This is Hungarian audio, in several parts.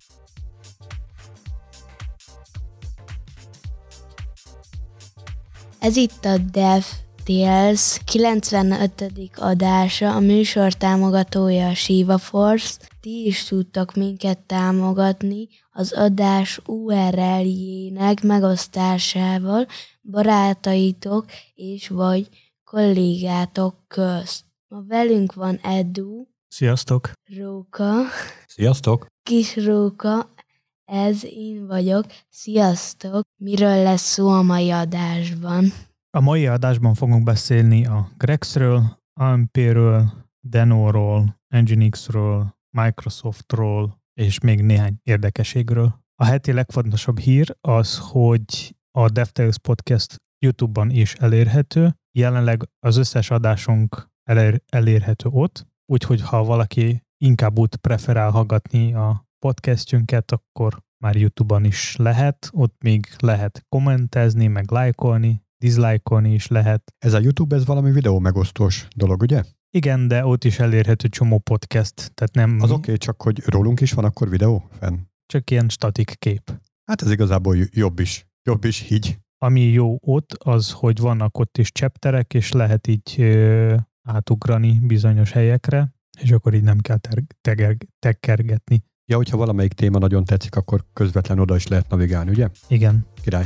Ez itt a DevTales 95. adása, a műsor támogatója a Shiva Force. Ti is tudtak minket támogatni az adás URL-jének megosztásával barátaitok és vagy kollégátok közt. Ma velünk van Edu. Sziasztok! Róka. Sziasztok! Kis Róka. Ez én vagyok. Sziasztok! Miről lesz szó a mai adásban? A mai adásban fogunk beszélni a Grexről, AMP-ről, Deno-ról, Nginx-ről, Microsoftról és még néhány érdekességről. A heti legfontosabb hír az, hogy a DevTales Podcast YouTube-ban is elérhető. Jelenleg az összes adásunk elérhető ott, úgyhogy ha valaki inkább úgy preferál hallgatni a podcastjünket, akkor már YouTube-on is lehet, ott még lehet kommentezni, meg lájkolni, diszlájkolni is lehet. Ez a YouTube, ez valami videó megosztós dolog, ugye? Igen, de ott is elérhető csomó podcast, tehát nem... Az oké, csak hogy rólunk is van akkor videó fenn? Csak ilyen statik kép. Hát ez igazából jobb is így. Ami jó ott, az, hogy vannak ott is chapterek, és lehet így átugrani bizonyos helyekre, és akkor így nem kell tekkergetni. Ja, hogyha valamelyik téma nagyon tetszik, akkor közvetlen oda is lehet navigálni, ugye? Igen. Király.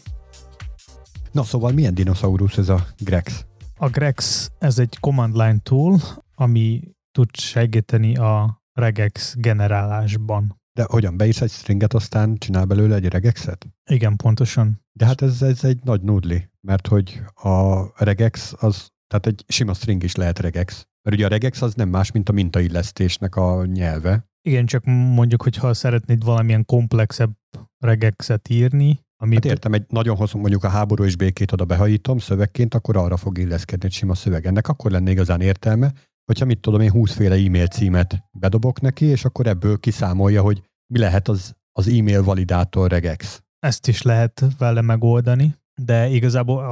Na, szóval milyen dinoszaurusz ez a Grex? A Grex, ez egy command line tool, ami tud segíteni a regex generálásban. De hogyan? Beírsz egy stringet, aztán csinál belőle egy regexet? Igen, pontosan. De hát ez egy nagy nudli, mert hogy a regex az, tehát egy sima string is lehet regex. Mert ugye a regex az nem más, mint a mintaillesztésnek a nyelve. Igen, csak mondjuk, hogyha szeretnéd valamilyen komplexebb regexet írni, amit... Hát értem, egy nagyon hosszú, mondjuk a háború és békét oda behajítom szövegként, akkor arra fog illeszkedni egy sima szöveg. Ennek akkor lenne igazán értelme, hogyha mit tudom én 20 féle e-mail címet bedobok neki, és akkor ebből kiszámolja, hogy mi lehet az e-mail validátor regex. Ezt is lehet vele megoldani, de igazából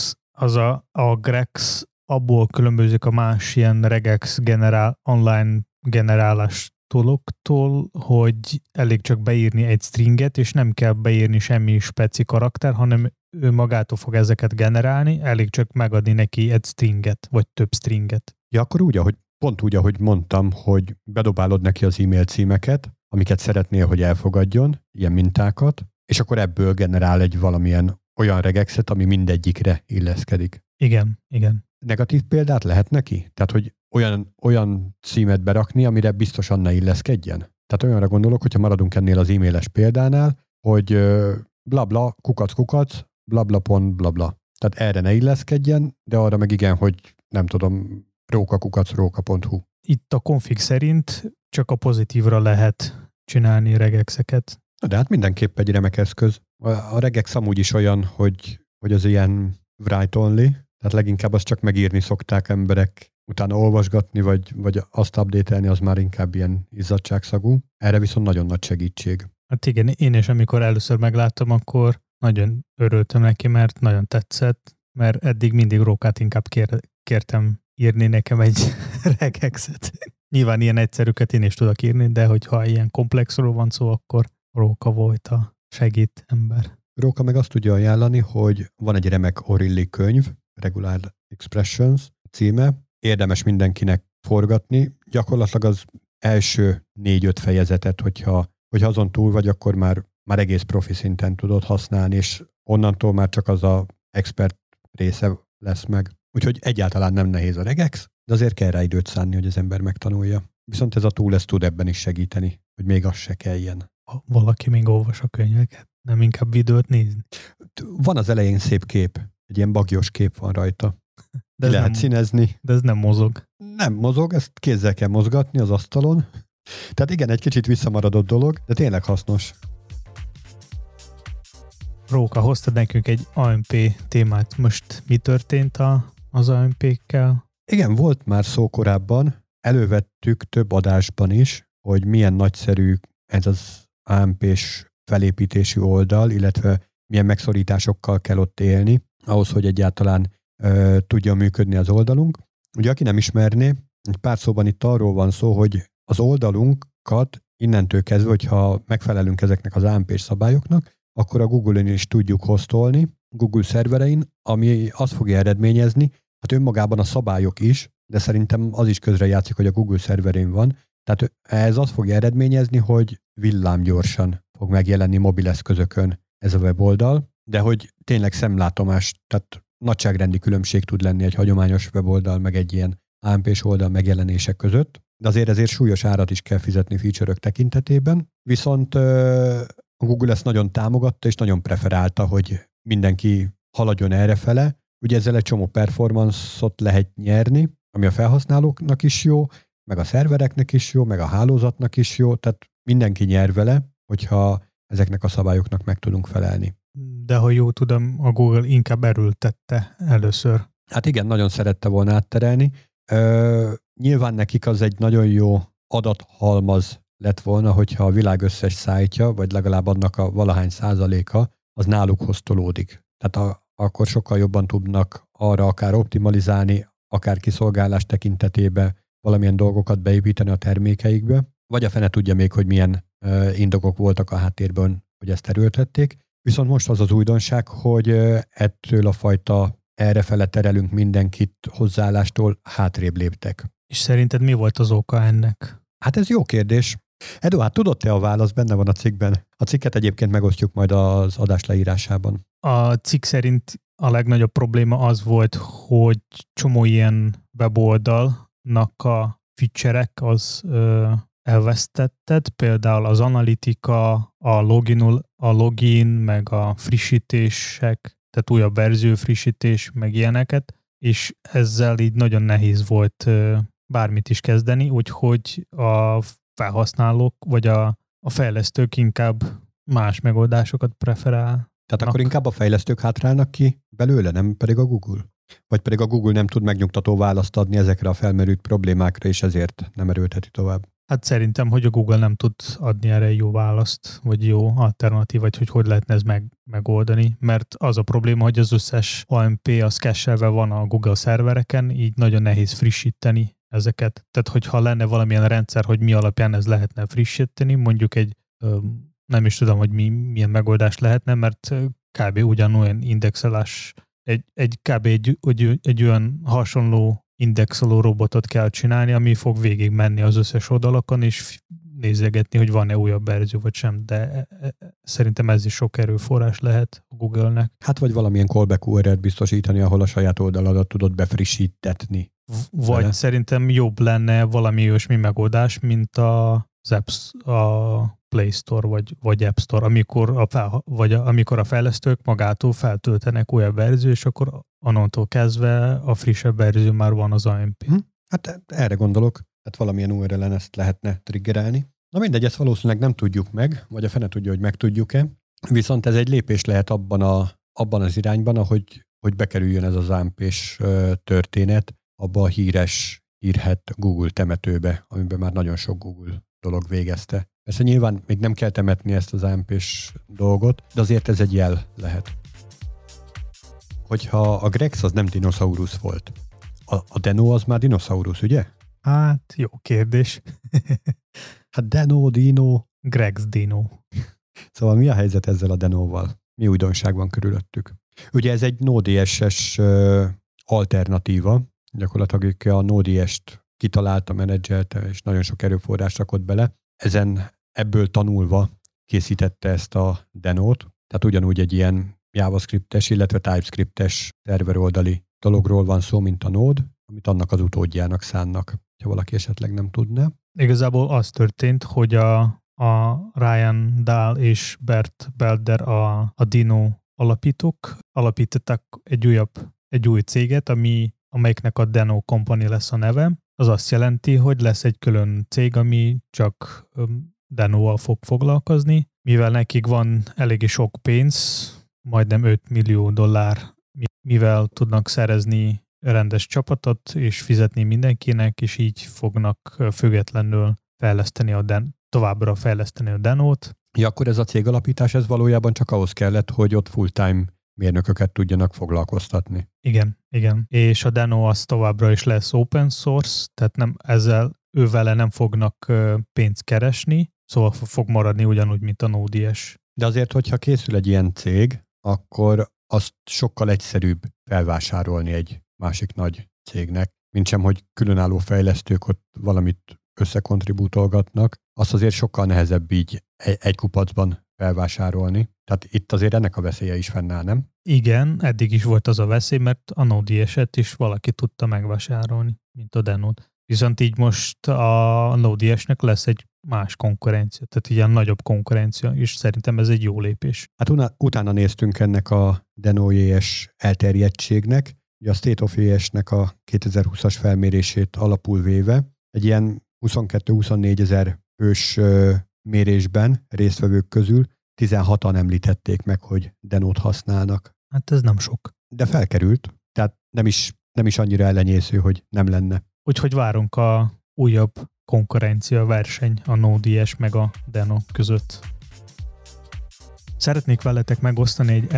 a Grex abból különbözik a más ilyen regex online generálás tooloktól, hogy elég csak beírni egy stringet, és nem kell beírni semmi speci karakter, hanem ő magától fog ezeket generálni, elég csak megadni neki egy stringet, vagy több stringet. Ja, akkor pont úgy, ahogy mondtam, hogy bedobálod neki az e-mail címeket, amiket szeretnél, hogy elfogadjon, ilyen mintákat, és akkor ebből generál egy valamilyen olyan regexet, ami mindegyikre illeszkedik. Igen. Negatív példát lehet neki? Tehát, hogy olyan címet berakni, amire biztosan ne illeszkedjen? Tehát olyanra gondolok, hogyha maradunk ennél az e-mailes példánál, hogy blabla, kukac, blabla pont, blabla. Tehát erre ne illeszkedjen, de arra meg igen, hogy nem tudom, róka.hu. Itt a config szerint csak a pozitívra lehet csinálni regexeket. De hát mindenképp egy remek eszköz. A regex amúgy is olyan, hogy az ilyen write only, tehát leginkább azt csak megírni szokták emberek, utána olvasgatni, vagy azt update-elni, az már inkább ilyen izzadságszagú. Erre viszont nagyon nagy segítség. Hát igen, én is amikor először megláttam, akkor nagyon örültem neki, mert nagyon tetszett, mert eddig mindig Rókát inkább kértem írni nekem egy regexet. Nyilván ilyen egyszerűket én is tudok írni, de hogyha ilyen komplexról van szó, akkor Róka volt a segít ember. Róka meg azt tudja ajánlani, hogy van egy remek O'Reilly könyv, Regular Expressions címe, érdemes mindenkinek forgatni. Gyakorlatilag az első 4-5 fejezetet, hogyha azon túl vagy, akkor már egész profi szinten tudod használni, és onnantól már csak az a expert része lesz meg. Úgyhogy egyáltalán nem nehéz a regex, de azért kell rá időt szánni, hogy az ember megtanulja. Viszont ez a tool tud ebben is segíteni, hogy még az se kelljen. Valaki még olvas a könyveket? Nem inkább videót nézni? Van az elején szép kép. Egy ilyen bagyos kép van rajta. De lehet színezni. De ez nem mozog. Nem mozog, ezt kézzel kell mozgatni az asztalon. Tehát igen, egy kicsit visszamaradott dolog, de tényleg hasznos. Róka, hoztad nekünk egy AMP témát. Most mi történt az AMP-kkel? Igen, volt már szó korábban. Elővettük több adásban is, hogy milyen nagyszerű ez az AMP-s felépítési oldal, illetve milyen megszorításokkal kell ott élni, ahhoz, hogy egyáltalán tudjon működni az oldalunk. Ugye, aki nem ismerné, egy pár szóban itt arról van szó, hogy az oldalunkat innentől kezdve, hogyha megfelelünk ezeknek az AMP-s szabályoknak, akkor a Google-on is tudjuk hostolni, Google szerverein, ami azt fogja eredményezni, hát önmagában a szabályok is, de szerintem az is közrejátszik, hogy a Google szerverén van. Tehát ez azt fogja eredményezni, hogy villámgyorsan fog megjelenni mobileszközökön ez a weboldal, de hogy tényleg szemlátomás, tehát nagyságrendi különbség tud lenni egy hagyományos weboldal, meg egy ilyen AMP-s oldal megjelenések között, de ezért súlyos árat is kell fizetni feature-ök tekintetében. Viszont a Google ezt nagyon támogatta, és nagyon preferálta, hogy mindenki haladjon errefele. Ugye ezzel egy csomó performance-ot lehet nyerni, ami a felhasználóknak is jó, meg a szervereknek is jó, meg a hálózatnak is jó, tehát mindenki nyer vele, hogyha ezeknek a szabályoknak meg tudunk felelni. De ha jól tudom, a Google inkább erőltette először. Hát igen, nagyon szerette volna átterelni. Nyilván nekik az egy nagyon jó adathalmaz lett volna, hogyha a világ összes szájtja, vagy legalább annak a valahány százaléka, az náluk hostolódik. Tehát akkor sokkal jobban tudnak arra akár optimalizálni, akár kiszolgálás tekintetében valamilyen dolgokat beépíteni a termékeikbe, vagy a fene tudja még, hogy milyen indokok voltak a háttérben, hogy ezt erőltették. Viszont most az az újdonság, hogy ettől a fajta errefele terelünk mindenkit hozzáállástól hátrébb léptek. És szerinted mi volt az oka ennek? Hát ez jó kérdés. Edu, hát tudod-e a válasz? Benne van a cikkben. A cikket egyébként megosztjuk majd az adás leírásában. A cikk szerint a legnagyobb probléma az volt, hogy csomó ilyen weboldalnak a feature-ek az elvesztetted, például az analitika, a login, meg a frissítések, tehát újabb verzió frissítés, meg ilyeneket, és ezzel így nagyon nehéz volt bármit is kezdeni, úgyhogy a felhasználók, vagy a fejlesztők inkább más megoldásokat preferálnak. Tehát akkor inkább a fejlesztők hátrálnak ki belőle, nem pedig a Google? Vagy pedig a Google nem tud megnyugtató választ adni ezekre a felmerült problémákra, és ezért nem erőlteti tovább? Hát szerintem, hogy a Google nem tud adni erre jó választ, vagy jó alternatívát, hogy lehetne ez megoldani, mert az a probléma, hogy az összes AMP az cache-elve van a Google szervereken, így nagyon nehéz frissíteni ezeket. Tehát, hogyha lenne valamilyen rendszer, hogy mi alapján ez lehetne frissíteni, mondjuk egy, nem is tudom, hogy milyen megoldás lehetne, mert kb. Ugyanolyan indexelás, egy olyan hasonló indexoló robotot kell csinálni, ami fog végig menni az összes oldalakon, és nézegetni, hogy van-e újabb verzió, vagy sem, de szerintem ez is sok erőforrás lehet a Google-nek. Hát vagy valamilyen callback URL-t biztosítani, ahol a saját oldaladat tudod befrissítetni. Vagy vele. Szerintem jobb lenne valami olyasmi megoldás, mint a Play Store vagy App Store, amikor a fejlesztők magától feltöltenek újabb verzió, és akkor onnantól kezdve a frissebb verzió már van az AMP. Hát erre gondolok, tehát valamilyen URL-en ezt lehetne triggerelni. Na mindegy, ezt valószínűleg nem tudjuk meg, vagy a fene tudja, hogy meg tudjuk-e. Viszont ez egy lépés lehet abban az irányban, hogy bekerüljön ez az AMP-s történet abba a hírhet Google temetőbe, amiben már nagyon sok Google dolog végezte. Persze nyilván még nem kell temetni ezt az AMP-s dolgot, de azért ez egy jel lehet. Hogyha a Grex az nem dinoszaurusz volt, a Deno az már dinoszaurusz, ugye? Hát, jó kérdés. Hát Dino. Grex Dino. Szóval mi a helyzet ezzel a Denóval? Mi újdonság van körülöttük? Ugye ez egy Node.js-es alternatíva, gyakorlatilag a Node.js-t kitalálta, menedzselte, és nagyon sok erőforrást rakott bele. Ebből tanulva készítette ezt a Denót, tehát ugyanúgy egy ilyen JavaScript-es, illetve TypeScript-es szerveroldali dologról van szó, mint a Node, amit annak az utódjának szánnak, ha valaki esetleg nem tudná. Igazából az történt, hogy a Ryan Dahl és Bert Belder a Dino alapítók alapítottak egy új céget, amelyiknek a Deno Company lesz a neve. Az azt jelenti, hogy lesz egy külön cég, ami csak Denoval fog foglalkozni, mivel nekik van eléggé sok pénz, majdnem $5 millió, mivel tudnak szerezni rendes csapatot, és fizetni mindenkinek, és így fognak függetlenül továbbra fejleszteni a Denót. Ja, akkor ez a cégalapítás, ez valójában csak ahhoz kellett, hogy ott full-time mérnököket tudjanak foglalkoztatni. Igen. És a Deno az továbbra is lesz open source, tehát vele nem fognak pénzt keresni, Szóval fog maradni ugyanúgy, mint a Node.js. De azért, hogyha készül egy ilyen cég, akkor azt sokkal egyszerűbb felvásárolni egy másik nagy cégnek, mint sem, hogy különálló fejlesztők ott valamit összekontribútolgatnak. Azt azért sokkal nehezebb így egy kupacban felvásárolni. Tehát itt azért ennek a veszélye is fennáll, nem? Igen, eddig is volt az a veszély, mert a Node.js-et is valaki tudta megvásárolni, mint a Denode. Viszont így most a Node.js-nek lesz egy más konkurencia, tehát ilyen nagyobb konkurencia, és szerintem ez egy jó lépés. Hát utána néztünk ennek a Deno.js elterjedtségnek, ugye a State of JS-nek a 2020-as felmérését alapul véve, egy ilyen 22-24 ezer fős mérésben résztvevők közül 16-an említették meg, hogy Denót használnak. Hát ez nem sok. De felkerült, tehát nem is annyira ellenyésző, hogy nem lenne. Úgyhogy várunk a újabb konkurencia verseny a Node.js meg a Deno között. Szeretnék veletek megosztani egy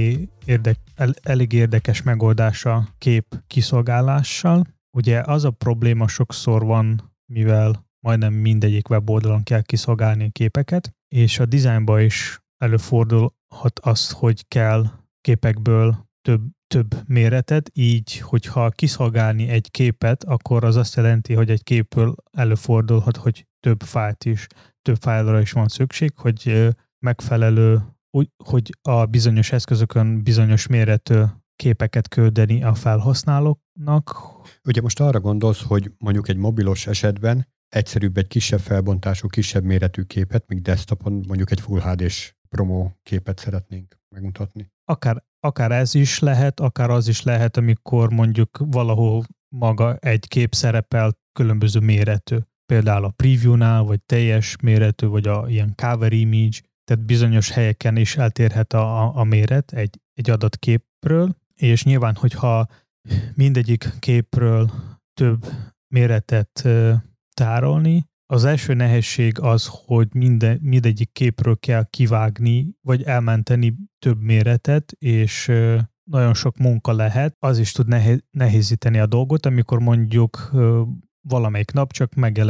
elég érdekes megoldás a kép kiszolgálással. Ugye az a probléma sokszor van, mivel majdnem mindegyik weboldalon kell kiszolgálni a képeket, és a dizájnban is előfordulhat az, hogy kell képekből több méretet, így, hogyha kiszolgálni egy képet, akkor az azt jelenti, hogy egy képből előfordulhat, hogy több fájlra is van szükség, hogy megfelelő, hogy a bizonyos eszközökön bizonyos méretű képeket küldeni a felhasználóknak. Ugye most arra gondolsz, hogy mondjuk egy mobilos esetben egyszerűbb egy kisebb felbontású, kisebb méretű képet, míg desktopon mondjuk egy Full HD-s promo képet szeretnénk megmutatni. Akár ez is lehet, akár az is lehet, amikor mondjuk valahol maga egy kép szerepel különböző méretű. Például a preview-nál, vagy teljes méretű, vagy ilyen cover image, tehát bizonyos helyeken is eltérhet a méret egy adott képről, és nyilván, hogyha mindegyik képről több méretet tárolni, az első nehézség az, hogy mindegyik képről kell kivágni, vagy elmenteni több méretet, és nagyon sok munka lehet. Az is tud nehézíteni a dolgot, amikor mondjuk valamelyik nap csak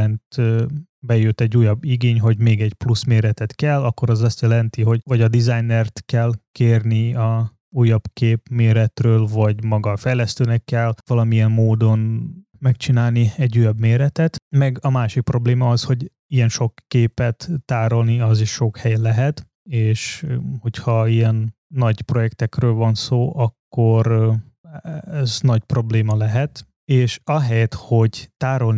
bejött egy újabb igény, hogy még egy plusz méretet kell, akkor az azt jelenti, hogy vagy a designert kell kérni a újabb kép méretről, vagy maga a fejlesztőnek kell valamilyen módon megcsinálni egy újabb méretet. Meg a másik probléma az, hogy ilyen sok képet tárolni, az is sok hely lehet, és hogyha ilyen nagy projektekről van szó, akkor ez nagy probléma lehet, és ahelyett, hogy tárolni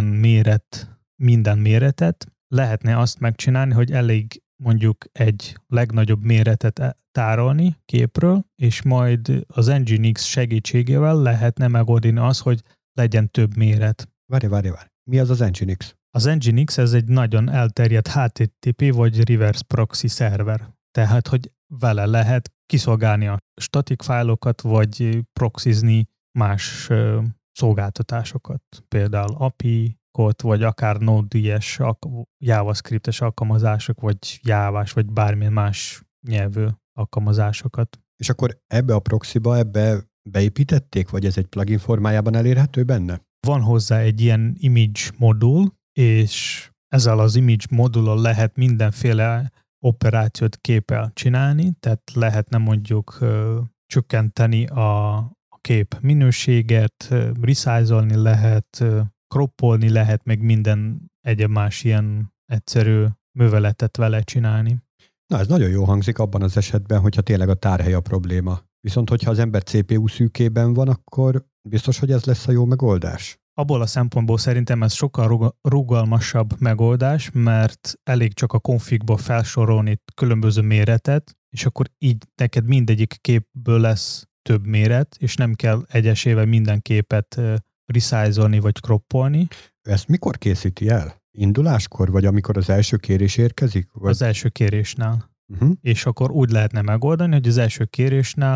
minden méretet, lehetne azt megcsinálni, hogy elég mondjuk egy legnagyobb méretet tárolni képről, és majd az Nginx segítségével lehetne megoldani az, hogy legyen több méret. Várj. Mi az Nginx? Az Nginx ez egy nagyon elterjedt HTTP vagy reverse proxy szerver. Tehát, hogy vele lehet kiszolgálni a static fájlokat, vagy proxizni más szolgáltatásokat. Például API-kot, vagy akár Node.js, JavaScript-es alkalmazások, vagy Java-s, vagy bármilyen más nyelvű alkalmazásokat. És akkor ebbe a proxyba beépítették, vagy ez egy plugin formájában elérhető benne? Van hozzá egy ilyen image modul, és ezzel az image modulon lehet mindenféle operációt képpel csinálni, tehát lehetne mondjuk csökkenteni a kép minőséget, resize-olni lehet, croppolni lehet, meg minden egyéb más ilyen egyszerű műveletet vele csinálni. Na, ez nagyon jó hangzik abban az esetben, hogyha tényleg a tárhely a probléma. Viszont, hogyha az ember CPU szűkében van, akkor biztos, hogy ez lesz a jó megoldás? Abból a szempontból szerintem ez sokkal rugalmasabb megoldás, mert elég csak a configba felsorolni különböző méretet, és akkor így neked mindegyik képből lesz több méret, és nem kell egyesével minden képet resize-olni vagy croppolni. Ezt mikor készíti el? Induláskor, vagy amikor az első kérés érkezik? Vagy? Az első kérésnál. És akkor úgy lehetne megoldani, hogy az első kérésnál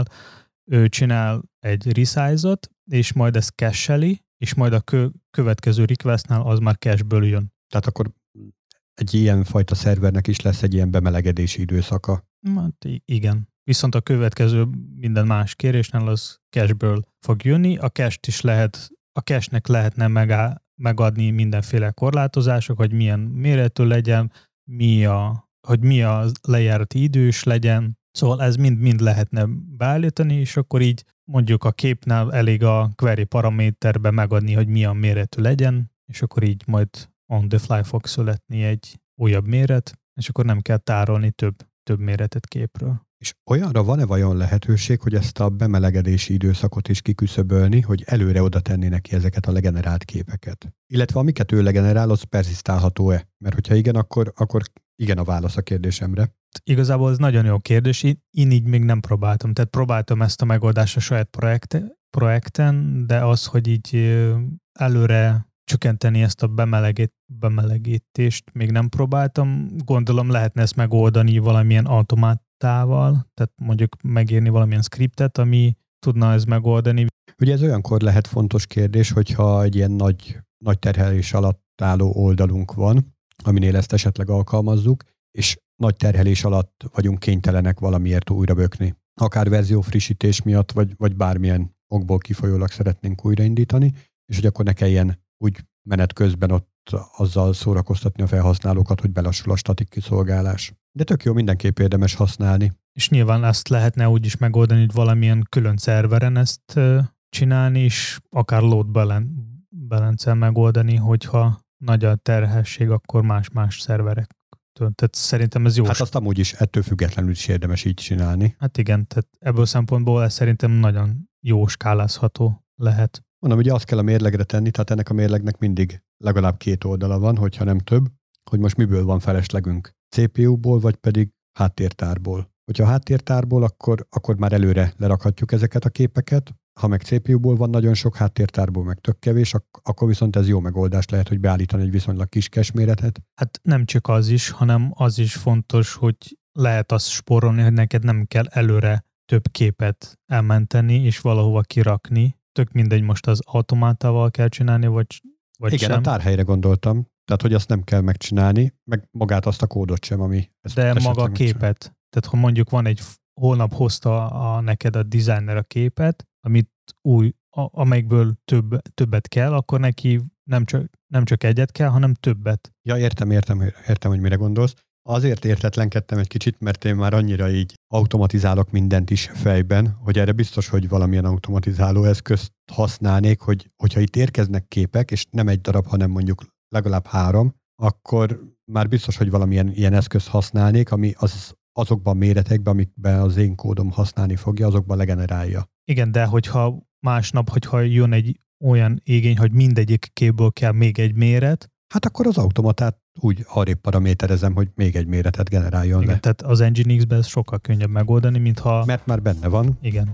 ő csinál egy resize-ot, és majd ezt cache-eli, és majd a következő requestnál az már cache-ből jön. Tehát akkor egy ilyen fajta szervernek is lesz egy ilyen bemelegedési időszaka. Hát igen. Viszont a következő minden más kérésnél az cache-ből fog jönni. A cache-nek lehetne megadni mindenféle korlátozások, hogy milyen méretű legyen, hogy mi a lejárati idős legyen. Szóval ez mind lehetne beállítani, és akkor így mondjuk a képnál elég a query paraméterbe megadni, hogy milyen méretű legyen, és akkor így majd on the fly fog születni egy újabb méret, és akkor nem kell tárolni több méretet képről. És olyanra van-e vajon lehetőség, hogy ezt a bemelegedési időszakot is kiküszöbölni, hogy előre oda tenni neki ezeket a legenerált képeket? Illetve amiket ő legenerál, az perzisztálható-e? Mert hogyha igen, akkor igen a válasz a kérdésemre. Igazából ez nagyon jó kérdés. Én így még nem próbáltam. Tehát próbáltam ezt a megoldást a saját projekten, de az, hogy így előre csökkenteni ezt a bemelegítést még nem próbáltam. Gondolom lehetne ezt megoldani valamilyen automatával, tehát mondjuk megírni valamilyen scriptet, ami tudna ezt megoldani. Ugye ez olyankor lehet fontos kérdés, hogyha egy ilyen nagy terhelés alatt álló oldalunk van, aminél ezt esetleg alkalmazzuk, és nagy terhelés alatt vagyunk kénytelenek valamiért újra bökni. Akár verziófrissítés miatt, vagy bármilyen okból kifolyólag szeretnénk újraindítani, és hogy akkor ne kelljen úgy menet közben ott azzal szórakoztatni a felhasználókat, hogy belassul a statik kiszolgálás. De tök jó, mindenképp érdemes használni. És nyilván ezt lehetne úgy is megoldani, hogy valamilyen külön szerveren ezt csinálni, és akár load balance-el megoldani, hogyha nagy a terhesség, akkor más szerverek. Tehát szerintem ez jó. Hát azt amúgy is ettől függetlenül is érdemes így csinálni. Hát igen, tehát ebből szempontból ez szerintem nagyon jó skálázható lehet. Mondom, ugye azt kell a mérlegre tenni, tehát ennek a mérlegnek mindig legalább 2 oldala van, hogyha nem több, hogy most miből van feleslegünk. CPU-ból, vagy pedig háttértárból. Hogyha háttértárból, akkor már előre lerakhatjuk ezeket a képeket. Ha meg CPU-ból van nagyon sok, háttértárból meg tök kevés, akkor viszont ez jó megoldás lehet, hogy beállítani egy viszonylag kis cache méretet. Hát nem csak az is, hanem az is fontos, hogy lehet azt spórolni, hogy neked nem kell előre több képet elmenteni és valahova kirakni. Tök mindegy, most az automátával kell csinálni, vagy igen, sem. A tárhelyre gondoltam. Tehát, hogy azt nem kell megcsinálni, meg magát azt a kódot sem, ami... De maga a képet. Tehát, ha mondjuk van egy holnap hozta neked a designer a képet, amit amelyikből többet kell, akkor neki nem csak egyet kell, hanem többet. Ja, értem, hogy mire gondolsz. Azért értetlenkedtem egy kicsit, mert én már annyira így automatizálok mindent is fejben, hogy erre biztos, hogy valamilyen automatizáló eszközt használnék, hogyha itt érkeznek képek, és nem egy darab, hanem mondjuk legalább 3, akkor már biztos, hogy valamilyen ilyen eszközt használnék, ami azokban a méretekben, amikben az én kódom használni fogja, azokban legenerálja. Igen, de hogyha másnap, hogyha jön egy olyan igény, hogy mindegyik képből kell még egy méret, hát akkor az automatát úgy arrébb paraméterezem, hogy még egy méretet generáljon igen, le. Tehát az Nginx-ben ez sokkal könnyebb megoldani, mintha... Mert már benne van. Igen.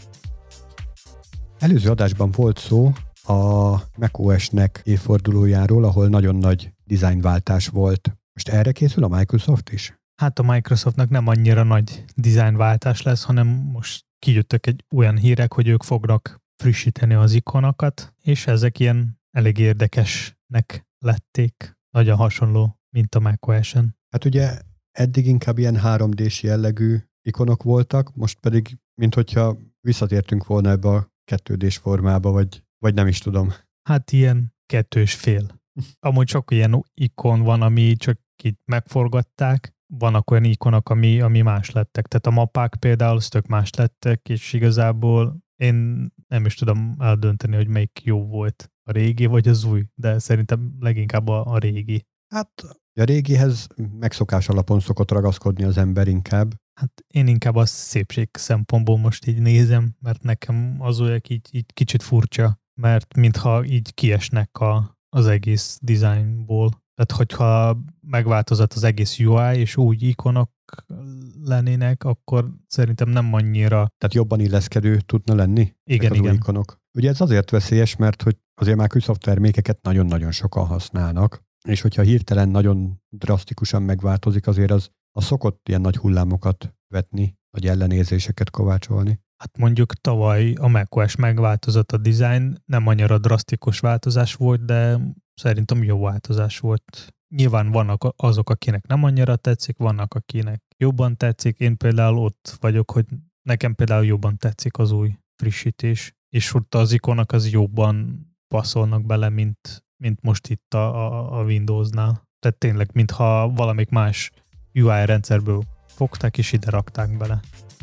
Előző adásban volt szó a macOS-nek évfordulójáról, ahol nagyon nagy dizájnváltás volt. Most erre készül a Microsoft is? Hát a Microsoftnak nem annyira nagy dizájnváltás lesz, hanem most kijöttek egy olyan hírek, hogy ők fognak frissíteni az ikonokat, és ezek ilyen elég érdekesnek lették. Nagyon hasonló, mint a macOS-en. Hát ugye eddig inkább ilyen 3D-s jellegű ikonok voltak, most pedig, minthogyha visszatértünk volna ebbe a 2D-s formába, vagy nem is tudom. Hát ilyen 2,5. Amúgy sok ilyen ikon van, ami csak így megforgatták, vannak olyan ikonok, ami más lettek. Tehát a mappák például tök más lettek, és igazából én nem is tudom eldönteni, hogy melyik jó volt. A régi vagy az új, de szerintem leginkább a régi. Hát a régihez megszokás alapon szokott ragaszkodni az ember inkább. Hát én inkább a szépség szempontból most így nézem, mert nekem az olyan így kicsit furcsa, mert mintha így kiesnek az egész designból. Tehát, hogyha megváltozott az egész UI, és úgy ikonok lennének, akkor szerintem nem annyira... Tehát jobban illeszkedő tudna lenni? Igen, az igen. Új ikonok. Ugye ez azért veszélyes, mert hogy azért már Microsoft termékeket nagyon-nagyon sokan használnak, és hogyha hirtelen nagyon drasztikusan megváltozik, azért az szokott ilyen nagy hullámokat vetni, vagy ellenérzéseket kovácsolni. Hát mondjuk tavaly a macOS megváltozott a design, nem annyira drasztikus változás volt, de szerintem jó változás volt. Nyilván vannak azok, akinek nem annyira tetszik, vannak, akinek jobban tetszik. Én például ott vagyok, hogy nekem például jobban tetszik az új frissítés, és ott az ikonok az jobban passzolnak bele, mint most itt a Windowsnál. Tehát tényleg, mintha valamik más UI rendszerből fogták és ide rakták bele.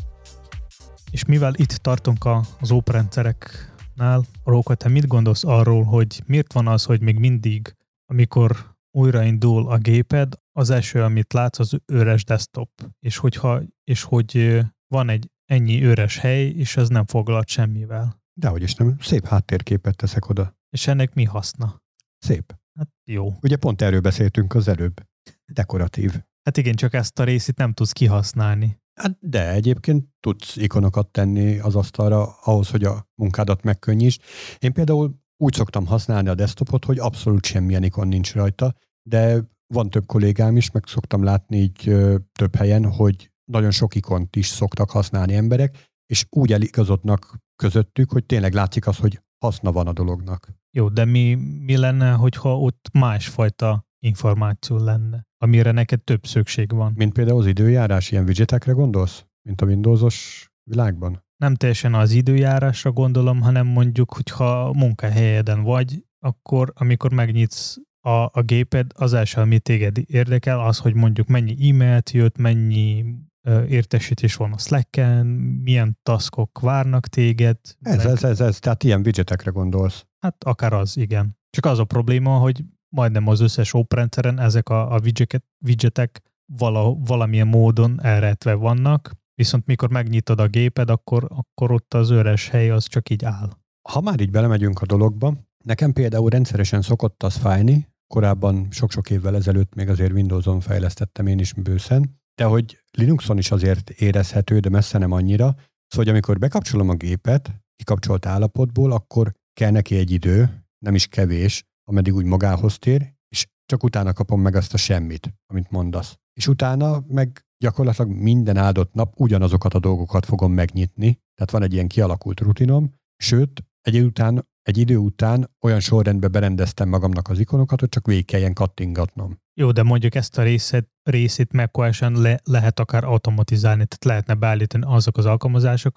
És mivel itt tartunk az oprendszereknál, Róka, te mit gondolsz arról, hogy miért van az, hogy még mindig, amikor újraindul a géped, az első, amit látsz, az üres desktop, és hogy van egy ennyi üres hely, és ez nem foglalt semmivel. Dehogy is nem, szép háttérképet teszek oda. És ennek mi haszna? Szép. Hát jó. Ugye pont erről beszéltünk az előbb. Dekoratív. Hát igen, csak ezt a részét nem tudsz kihasználni. Hát de egyébként tudsz ikonokat tenni az asztalra ahhoz, hogy a munkádat megkönnyíts. Én például úgy szoktam használni a desktopot, hogy abszolút semmilyen ikon nincs rajta, de van több kollégám is, meg szoktam látni így több helyen, hogy nagyon sok ikont is szoktak használni emberek, és úgy eligazodnak közöttük, hogy tényleg látszik az, hogy haszna van a dolognak. Jó, de mi lenne, hogyha ott másfajta információ lenne, amire neked több szükség van? Mint például az időjárás, ilyen widgetekre gondolsz? Mint a Windowsos világban? Nem teljesen az időjárásra gondolom, hanem mondjuk, hogyha munkahelyeden vagy, akkor amikor megnyitsz a géped, az első, ami téged érdekel, az, hogy mondjuk mennyi e-mailt jött, mennyi értesítés van a Slacken, milyen taskok várnak téged. Ez, tehát ilyen widgetekre gondolsz. Hát akár az, igen. Csak az a probléma, hogy majdnem az összes oprendszeren ezek a widgetek valamilyen módon elrejtve vannak, viszont mikor megnyitod a géped, akkor ott az üres hely az csak így áll. Ha már így belemegyünk a dologba, nekem például rendszeresen szokott az fájni, korábban sok-sok évvel ezelőtt még azért Windowson fejlesztettem én is bőszen, de hogy Linuxon is azért érezhető, de messze nem annyira. Szóval, hogy amikor bekapcsolom a gépet, kikapcsolt állapotból, akkor kell neki egy idő, nem is kevés, ameddig úgy magához tér, és csak utána kapom meg azt a semmit, amit mondasz. És utána meg gyakorlatilag minden áldott nap ugyanazokat a dolgokat fogom megnyitni, tehát van egy ilyen kialakult rutinom, sőt, egy idő után olyan sorrendbe berendeztem magamnak az ikonokat, hogy csak végig kelljen kattingatnom. Jó, de mondjuk ezt a részét macOS-en lehet akár automatizálni, tehát lehetne beállítani azok az alkalmazások,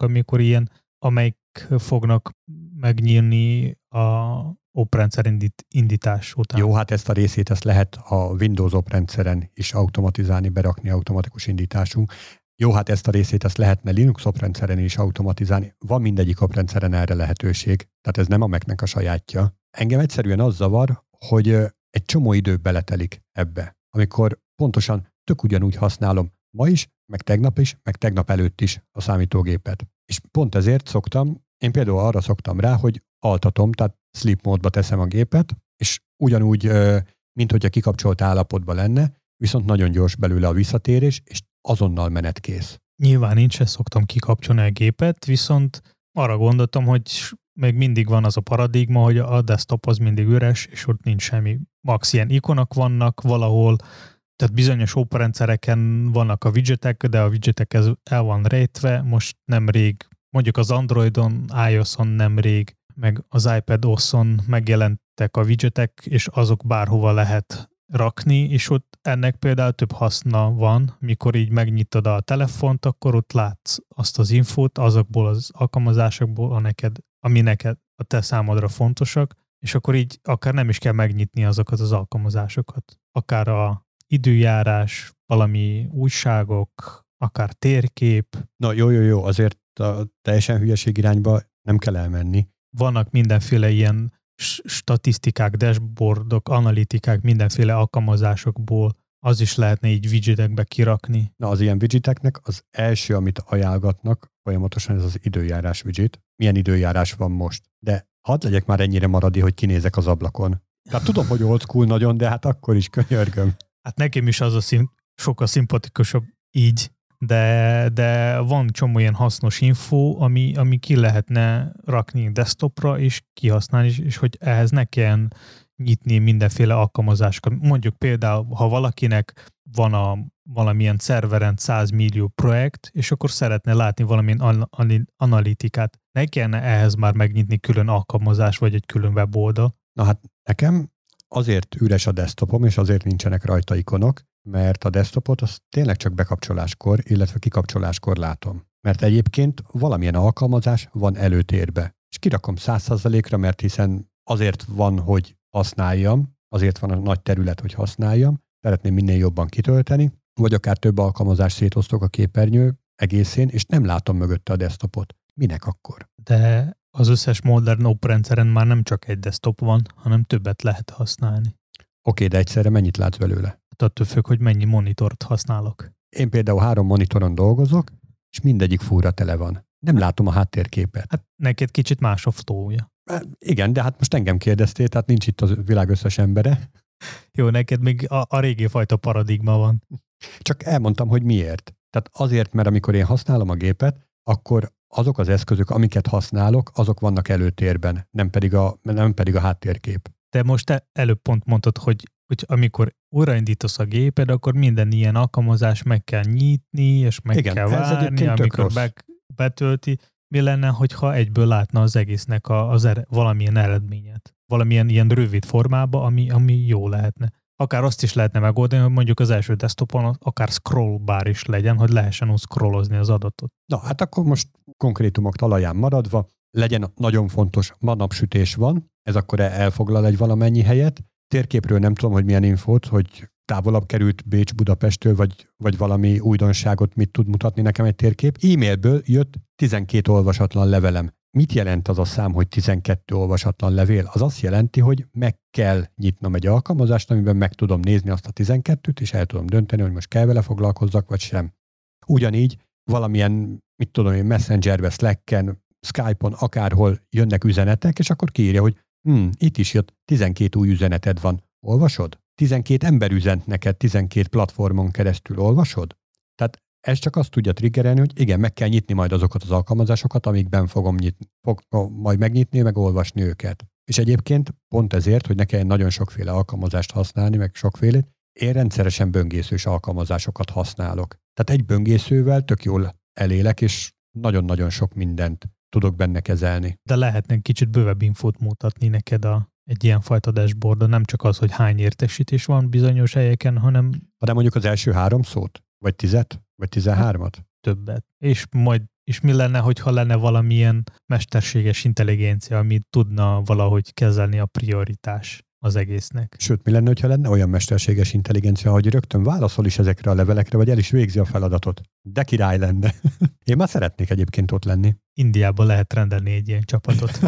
amelyik fognak megnyílni a oprendszer indítás után. Jó, hát ezt a részét ezt lehet a Windows oprendszeren is automatizálni, berakni automatikus indításunk. Jó, hát ezt a részét ezt lehetne Linux oprendszeren is automatizálni. Van mindegyik oprendszeren erre lehetőség, tehát ez nem a Mac-nek a sajátja. Engem egyszerűen az zavar, hogy egy csomó idő beletelik ebbe, amikor pontosan tök ugyanúgy használom ma is, meg tegnap előtt is a számítógépet. És pont ezért én például arra szoktam rá, hogy altatom, tehát sleep módba teszem a gépet, és ugyanúgy, mint hogyha kikapcsolt állapotban lenne, viszont nagyon gyors belőle a visszatérés, és azonnal menetkész. Nyilván nincs, ezt szoktam kikapcsolni a gépet, viszont arra gondoltam, hogy még mindig van az a paradigma, hogy a desktop az mindig üres, és ott nincs semmi. Max ilyen ikonok vannak valahol, tehát bizonyos oprendszereken vannak a widgetek, de a widgetek el van rejtve, most nemrég, mondjuk az Androidon, iOS-on nemrég, meg az iPadOS-on megjelentek a widgetek, és azok bárhova lehet rakni, és ott ennek például több haszna van, mikor így megnyitod a telefont, akkor ott látsz azt az infót azokból az alkalmazásokból, ami neked a te számodra fontosak, és akkor így akár nem is kell megnyitni azokat az alkalmazásokat. Akár a időjárás, valami újságok, akár térkép. Na jó, azért a teljesen hülyeség irányba nem kell elmenni. Vannak mindenféle ilyen statisztikák, dashboardok, analitikák, mindenféle alkalmazásokból, az is lehetne így widgetekbe kirakni. Na, az ilyen widgeteknek az első, amit ajánlgatnak, folyamatosan ez az időjárás widget. Milyen időjárás van most? De hadd legyek már ennyire maradi, hogy kinézek az ablakon. Tehát tudom, hogy old school nagyon, de hát akkor is könyörgöm. Hát nekem is az sokkal szimpatikusabb így, de van csomó ilyen hasznos info, ami ki lehetne rakni desktopra, és kihasználni, és hogy ehhez ne kelljen nyitni mindenféle alkalmazásokat. Mondjuk például, ha valakinek van valamilyen szerveren 100 millió projekt, és akkor szeretne látni valamilyen analitikát. Ne kellene ehhez már megnyitni külön alkalmazás, vagy egy külön weboldal. Na hát nekem azért üres a desktopom, és azért nincsenek rajta ikonok, mert a desktopot az tényleg csak bekapcsoláskor, illetve kikapcsoláskor látom. Mert egyébként valamilyen alkalmazás van előtérbe. És kirakom 100%-ra, mert hiszen azért van, hogy használjam, azért van a nagy terület, hogy használjam, szeretném minél jobban kitölteni, vagy akár több alkalmazást szétosztok a képernyő egészén, és nem látom mögötte a desktopot. Minek akkor? De az összes modern oprendszeren már nem csak egy desktop van, hanem többet lehet használni. Oké, de egyszerre mennyit látsz belőle? Attól függ, hogy mennyi monitort használok. Én például 3 monitoron dolgozok, és mindegyik fúra tele van. Nem látom a háttérképet. Hát neked kicsit más a flow-ja. Igen, de hát most engem kérdeztél, tehát nincs itt a világ összes embere. Jó, neked még a régi fajta paradigma van. Csak elmondtam, hogy miért. Tehát azért, mert amikor én használom a gépet, akkor azok az eszközök, amiket használok, azok vannak előtérben, nem pedig a háttérkép. De most előbb pont mondtad, hogy amikor újraindítasz a géped, akkor minden ilyen alkalmazás meg kell nyitni, és meg igen, kell várni, amikor betölti. Mi lenne, hogyha egyből látna az egésznek valamilyen eredményet? Valamilyen ilyen rövid formába, ami jó lehetne. Akár azt is lehetne megoldani, hogy mondjuk az első desktopon akár scroll bar is legyen, hogy lehessen úgy scrollozni az adatot. Na, hát akkor most konkrétumok talaján maradva, legyen nagyon fontos, ma napsütés van, ez akkor elfoglal egy valamennyi helyet. Térképről nem tudom, hogy milyen infót, hogy távolabb került Bécs Budapesttől, vagy valami újdonságot mit tud mutatni nekem egy térkép. E-mailből jött 12 olvasatlan levelem. Mit jelent az a szám, hogy 12 olvasatlan levél? Az azt jelenti, hogy meg kell nyitnom egy alkalmazást, amiben meg tudom nézni azt a 12-t, és el tudom dönteni, hogy most kell vele foglalkozzak, vagy sem. Ugyanígy valamilyen, mit tudom én, Messengerbe, Slacken, Skype-on, akárhol jönnek üzenetek, és akkor kiírja, hogy itt is jött, 12 új üzeneted van. Olvasod? 12 ember üzent neked 12 platformon keresztül. Olvasod? Tehát ez csak azt tudja triggerelni, hogy igen, meg kell nyitni majd azokat az alkalmazásokat, amikben fogom majd megnyitni, meg olvasni őket. És egyébként pont ezért, hogy ne kelljen nagyon sokféle alkalmazást használni, meg sokfélét, én rendszeresen böngészős alkalmazásokat használok. Tehát egy böngészővel tök jól elélek, és nagyon-nagyon sok mindent tudok benne kezelni. De lehetne kicsit bővebb infót mutatni neked egy ilyen fajta dashboardon, nem csak az, hogy hány értesítés van bizonyos helyeken, hanem... De mondjuk az első 3 szót? Vagy 10? Vagy 13-at? Többet. És mi lenne, hogyha lenne valamilyen mesterséges intelligencia, ami tudna valahogy kezelni a prioritás az egésznek? Sőt, mi lenne, hogyha lenne olyan mesterséges intelligencia, hogy rögtön válaszol is ezekre a levelekre, vagy el is végzi a feladatot? De király lenne. Én már szeretnék egyébként ott lenni. Indiában lehet rendelni egy ilyen csapatot.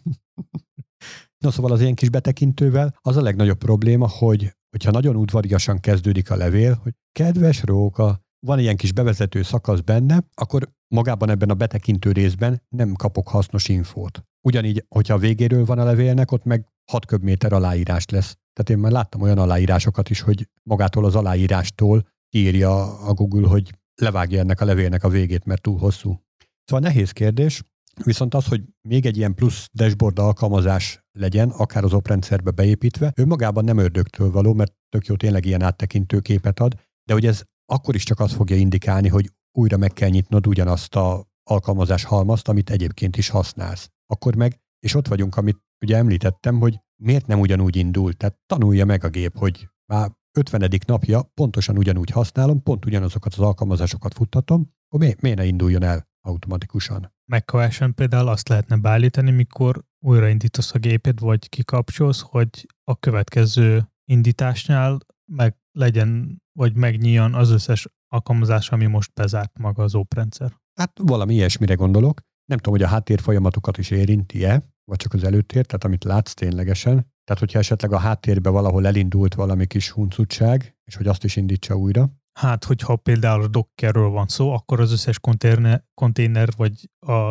No, szóval az ilyen kis betekintővel az a legnagyobb probléma, hogyha nagyon udvariasan kezdődik a levél, hogy kedves Róka, van ilyen kis bevezető szakasz benne, akkor magában ebben a betekintő részben nem kapok hasznos infót. Ugyanígy, hogyha a végéről van a levélnek, ott meg 6 köbméter aláírás lesz. Tehát én már láttam olyan aláírásokat is, hogy magától az aláírástól írja a Google, hogy levágja ennek a levélnek a végét, mert túl hosszú. Szóval nehéz kérdés, viszont az, hogy még egy ilyen plusz dashboard alkalmazás legyen, akár az oprendszerbe beépítve, önmagában nem ördögtől való, mert tök jó, tényleg ilyen áttekintő képet ad, de hogy ez akkor is csak azt fogja indikálni, hogy újra meg kell nyitnod ugyanazt a alkalmazás halmazt, amit egyébként is használsz. Akkor meg, és ott vagyunk, amit ugye említettem, hogy miért nem ugyanúgy indul. Tehát tanulja meg a gép, hogy már 50. napja pontosan ugyanúgy használom, pont ugyanazokat az alkalmazásokat futtatom, akkor miért ne induljon el automatikusan? macOS-en például azt lehetne beállítani, mikor újraindítasz a géped, vagy kikapcsolsz, hogy a következő indításnál meg legyen, vagy megnyíljon az összes alkalmazás, ami most bezárt maga az oprendszer. Hát valami ilyesmire gondolok. Nem tudom, hogy a háttér folyamatokat is érinti-e, vagy csak az előtér, tehát amit látsz ténylegesen. Tehát, hogyha esetleg a háttérbe valahol elindult valami kis huncutság, és hogy azt is indítsa újra. Hát, hogyha például a Dockerről van szó, akkor az összes konténer vagy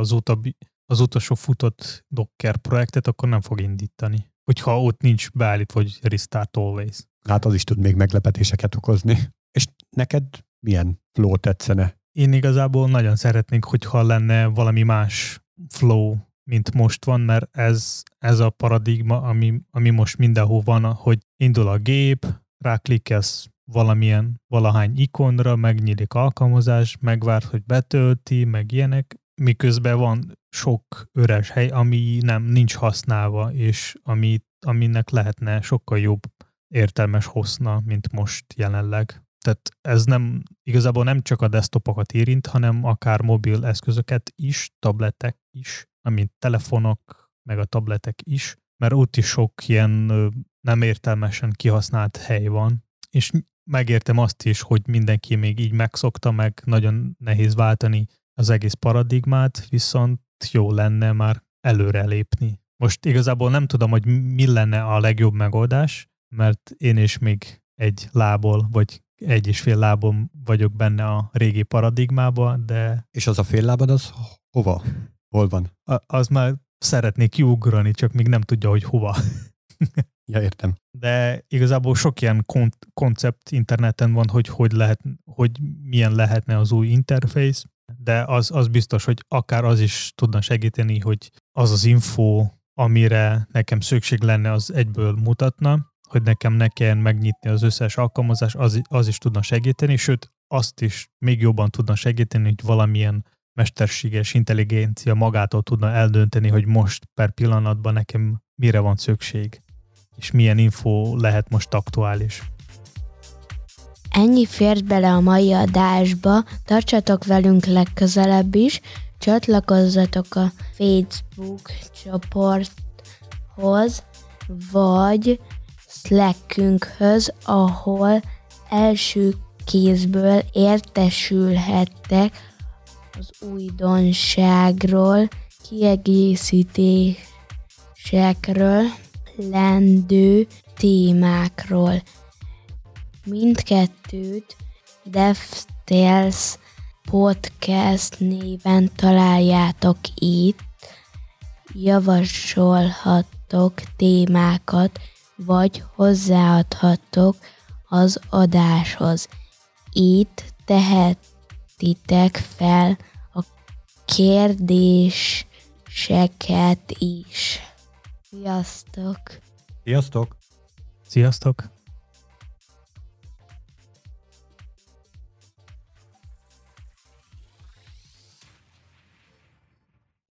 az utolsó futott Docker projektet akkor nem fog indítani. Hogyha ott nincs beállítva, vagy restart always. Hát az is tud még meglepetéseket okozni. És neked milyen flow tetszene? Én igazából nagyon szeretnék, hogyha lenne valami más flow, mint most van, mert ez a paradigma, ami most mindenhol van, hogy indul a gép, ráklikkelsz valahány ikonra, megnyílik alkalmazás, megvár, hogy betölti, meg ilyenek, miközben van sok üres hely, ami nincs használva, és aminek lehetne sokkal jobb értelmes haszna, mint most jelenleg. Tehát ez igazából nem csak a desktopokat érint, hanem akár mobil eszközöket is, tabletek is, amint telefonok, meg a tabletek is, mert ott is sok ilyen nem értelmesen kihasznált hely van, és megértem azt is, hogy mindenki még így megszokta, meg nagyon nehéz váltani az egész paradigmát, viszont jó lenne már előre lépni. Most igazából nem tudom, hogy mi lenne a legjobb megoldás, mert én is még egy lából, vagy 1,5 lábon vagyok benne a régi paradigmában, de... És az a fél lábad, az hova? Hol van? Az már szeretnék kiugrani, csak még nem tudja, hogy hova. Ja, értem. De igazából sok ilyen koncept interneten van, hogy milyen lehetne az új interfész, de az biztos, hogy akár az is tudna segíteni, hogy az info, amire nekem szükség lenne, az egyből mutatna, hogy nekem ne kelljen megnyitni az összes alkalmazás, az is tudna segíteni, sőt, azt is még jobban tudna segíteni, hogy valamilyen mesterséges intelligencia magától tudna eldönteni, hogy most per pillanatban nekem mire van szükség, és milyen info lehet most aktuális. Ennyi fért bele a mai adásba, tartsatok velünk legközelebb is, csatlakozzatok a Facebook csoporthoz, vagy Slackünkhöz, ahol első kézből értesülhettek az újdonságról, kiegészítésekről, lendő témákról. Mindkettőt DevTales Podcast néven találjátok itt. Javasolhattok témákat, vagy hozzáadhattok az adáshoz. Itt tehetitek fel a kérdéseket is. Sziasztok! Sziasztok! Sziasztok!